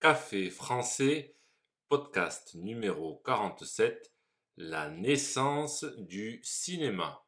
Café français, podcast numéro 47, la naissance du cinéma.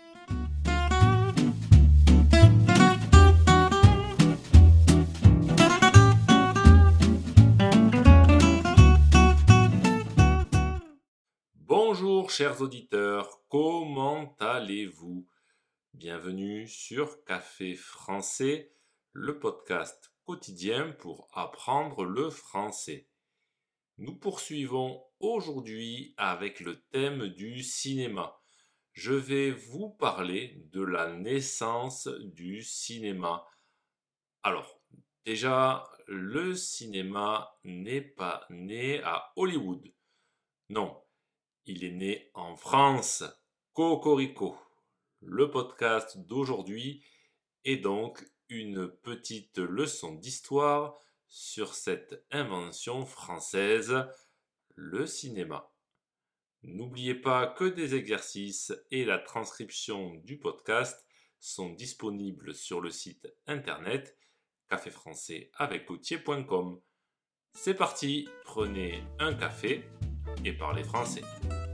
Bonjour chers auditeurs, comment allez-vous? Bienvenue sur Café français, le podcast quotidien pour apprendre le français. Nous poursuivons aujourd'hui avec le thème du cinéma. Je vais vous parler de la naissance du cinéma. Alors, déjà, le cinéma n'est pas né à Hollywood. Non, il est né en France. Cocorico. Le podcast d'aujourd'hui est donc une petite leçon d'histoire sur cette invention française, le cinéma. N'oubliez pas que des exercices et la transcription du podcast sont disponibles sur le site internet caféfrançaisavecpotier.com. C'est parti, prenez un café et parlez français.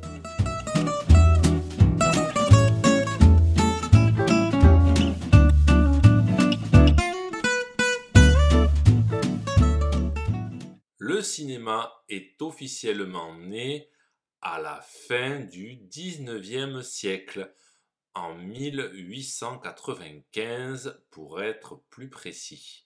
Le cinéma est officiellement né à la fin du XIXe siècle, en 1895 pour être plus précis.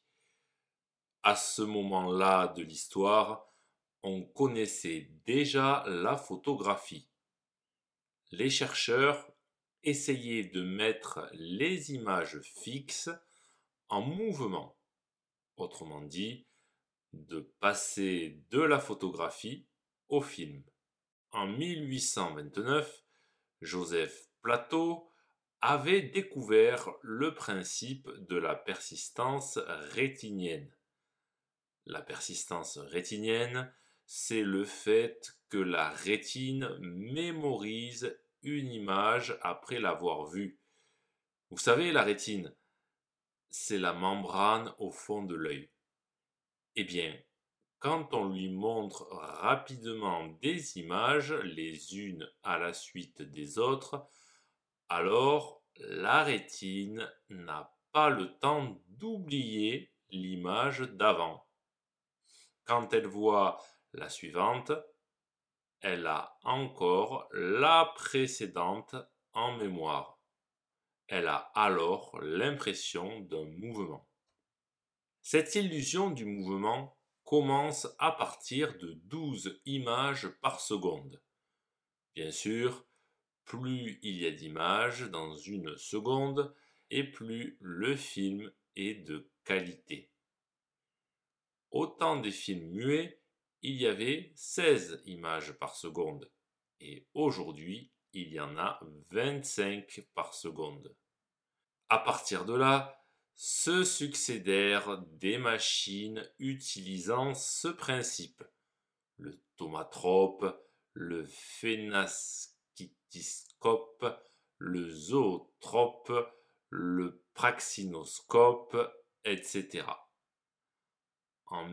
À ce moment-là de l'histoire, on connaissait déjà la photographie. Les chercheurs essayaient de mettre les images fixes en mouvement, autrement dit, de passer de la photographie au film. En 1829, Joseph Plateau avait découvert le principe de la persistance rétinienne. La persistance rétinienne, c'est le fait que la rétine mémorise une image après l'avoir vue. Vous savez, la rétine, c'est la membrane au fond de l'œil. Eh bien, quand on lui montre rapidement des images, les unes à la suite des autres, alors la rétine n'a pas le temps d'oublier l'image d'avant. Quand elle voit la suivante, elle a encore la précédente en mémoire. Elle a alors l'impression d'un mouvement. Cette illusion du mouvement commence à partir de 12 images par seconde. Bien sûr, plus il y a d'images dans une seconde, et plus le film est de qualité. Au temps des films muets, il y avait 16 images par seconde, et aujourd'hui, il y en a 25 par seconde. À partir de là, se succédèrent des machines utilisant ce principe. Le tomatrope, le phénaschitiscope, le zootrope, le praxinoscope, etc. En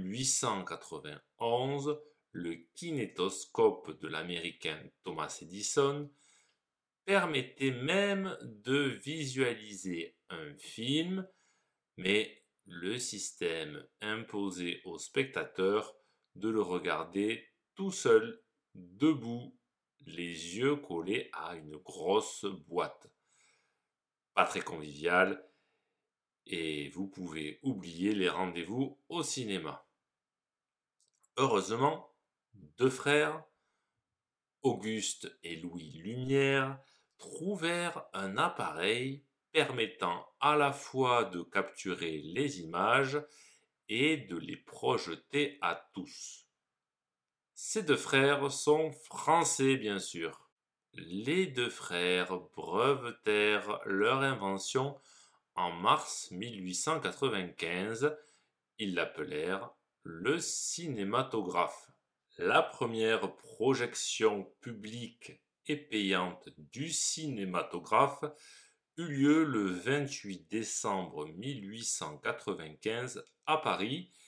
1891, le kinétoscope de l'américain Thomas Edison permettait même de visualiser un film, mais le système imposait au spectateur de le regarder tout seul, debout, les yeux collés à une grosse boîte. Pas très convivial, et vous pouvez oublier les rendez-vous au cinéma. Heureusement, deux frères, Auguste et Louis Lumière, trouvèrent un appareil permettant à la fois de capturer les images et de les projeter à tous. Ces deux frères sont français, bien sûr. Les deux frères brevetèrent leur invention en mars 1895. Ils l'appelèrent le cinématographe. La première projection publique et payante du cinématographe eut lieu le 28 décembre 1895 à Paris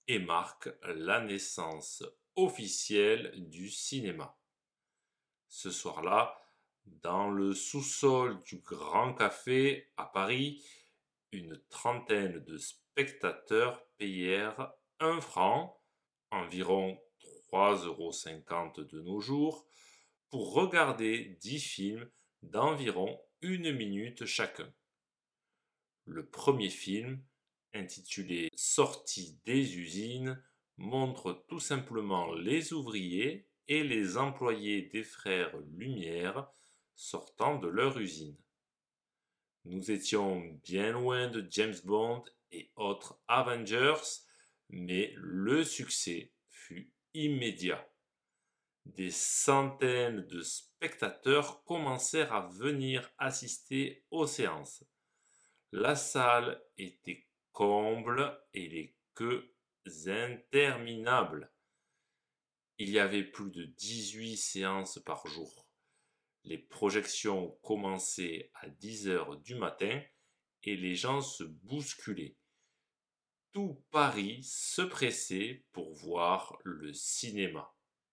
et marque la naissance officielle du cinéma. Ce soir-là, dans le sous-sol du Grand Café à Paris, une trentaine de spectateurs payèrent 1 franc, environ 3,50 € de nos jours, pour regarder 10 films d'environ 1 minute chacun. Le premier film, intitulé Sortie des usines, montre tout simplement les ouvriers et les employés des frères Lumière sortant de leur usine. Nous étions bien loin de James Bond et autres Avengers, mais le succès fut immédiat. Des centaines de spectateurs commencèrent à venir assister aux séances. La salle était comble et les queues interminables. Il y avait plus de 18 séances par jour. Les projections commençaient à 10 heures du matin et les gens se bousculaient. Tout Paris se pressait pour voir le cinéma.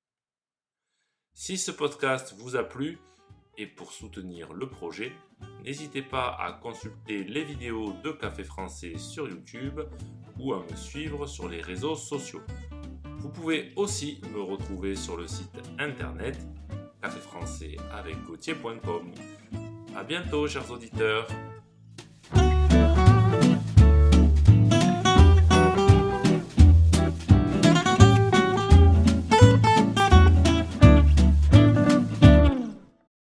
Si ce podcast vous a plu et pour soutenir le projet, n'hésitez pas à consulter les vidéos de Café Français sur YouTube ou à me suivre sur les réseaux sociaux. Vous pouvez aussi me retrouver sur le site internet caféfrançaisavecgautier.com. À bientôt, chers auditeurs.